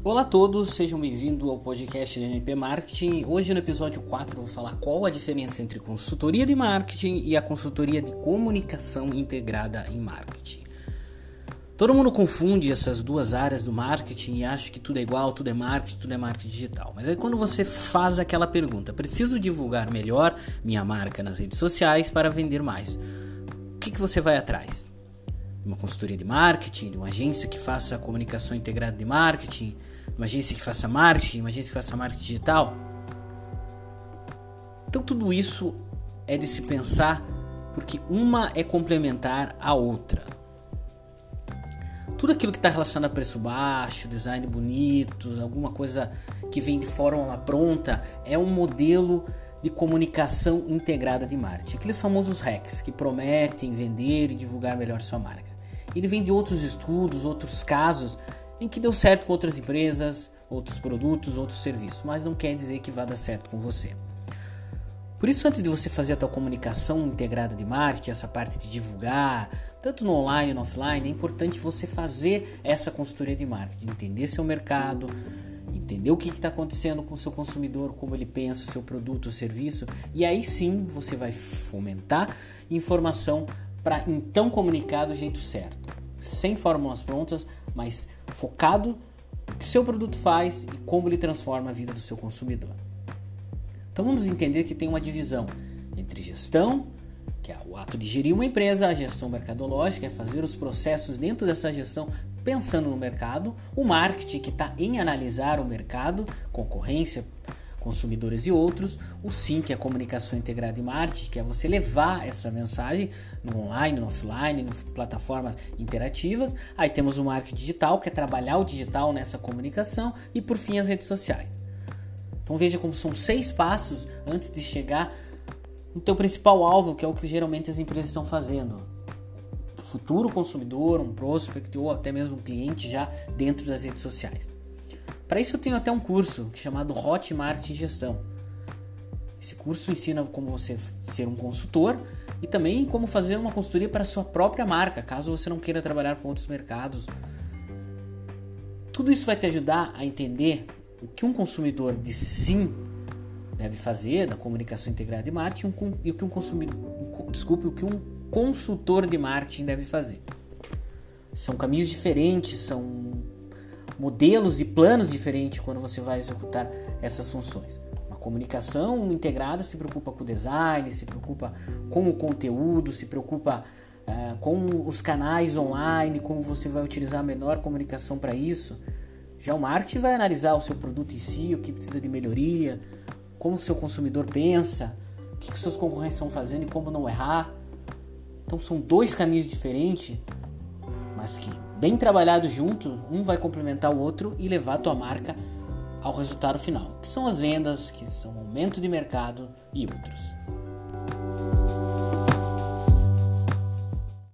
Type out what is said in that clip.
Olá a todos, sejam bem-vindos ao podcast do NP Marketing. Hoje no episódio 4 eu vou falar qual a diferença entre consultoria de marketing e a consultoria de comunicação integrada em marketing. Todo mundo confunde essas duas áreas do marketing e acha que tudo é igual, tudo é marketing digital. Mas aí quando você faz aquela pergunta, preciso divulgar melhor minha marca nas redes sociais para vender mais, o que você vai atrás? Uma consultoria de marketing, de uma agência que faça comunicação integrada de marketing, uma agência que faça marketing, uma agência que faça marketing digital. Então tudo isso é de se pensar porque uma é complementar à outra. Tudo aquilo que está relacionado a preço baixo, design bonito, alguma coisa que vem de fórmula pronta, é um modelo de comunicação integrada de marketing. Aqueles famosos hacks que prometem vender e divulgar melhor sua marca. Ele vem de outros estudos, outros casos em que deu certo com outras empresas, outros produtos, outros serviços, mas não quer dizer que vá dar certo com você. Por isso, antes de você fazer a tua comunicação integrada de marketing, essa parte de divulgar, tanto no online e no offline, é importante você fazer essa consultoria de marketing, entender seu mercado, entender o que está acontecendo com o seu consumidor, como ele pensa, o seu produto, o serviço, e aí sim você vai fomentar informação para então comunicar do jeito certo, sem fórmulas prontas, mas focado no que o seu produto faz e como ele transforma a vida do seu consumidor. Então vamos entender que tem uma divisão entre gestão, que é o ato de gerir uma empresa, a gestão mercadológica, é fazer os processos dentro dessa gestão pensando no mercado, o marketing, que está em analisar o mercado, concorrência, consumidores e outros, o SIM, que é a comunicação integrada de marketing, que é você levar essa mensagem no online, no offline, em plataformas interativas. Aí temos o marketing digital, que é trabalhar o digital nessa comunicação, e por fim as redes sociais. Então veja como são 6 passos antes de chegar no teu principal alvo, que é o que geralmente as empresas estão fazendo. Futuro consumidor, um prospect ou até mesmo um cliente já dentro das redes sociais. Para isso eu tenho até um curso chamado Hot Marketing Gestão. Esse curso ensina como você ser um consultor e também como fazer uma consultoria para a sua própria marca, caso você não queira trabalhar com outros mercados. Tudo isso vai te ajudar a entender o que um consumidor de sim deve fazer da comunicação integrada de marketing e o que o que um consultor de marketing deve fazer. São caminhos diferentes, são modelos e planos diferentes quando você vai executar essas funções. Uma comunicação integrada se preocupa com o design, se preocupa com o conteúdo, se preocupa com os canais online, como você vai utilizar a melhor comunicação para isso. Já o marketing vai analisar o seu produto em si, o que precisa de melhoria, como o seu consumidor pensa, o que os seus concorrentes estão fazendo e como não errar. Então são 2 caminhos diferentes, mas que bem trabalhados juntos, um vai complementar o outro e levar a tua marca ao resultado final, que são as vendas, que são o aumento de mercado e outros.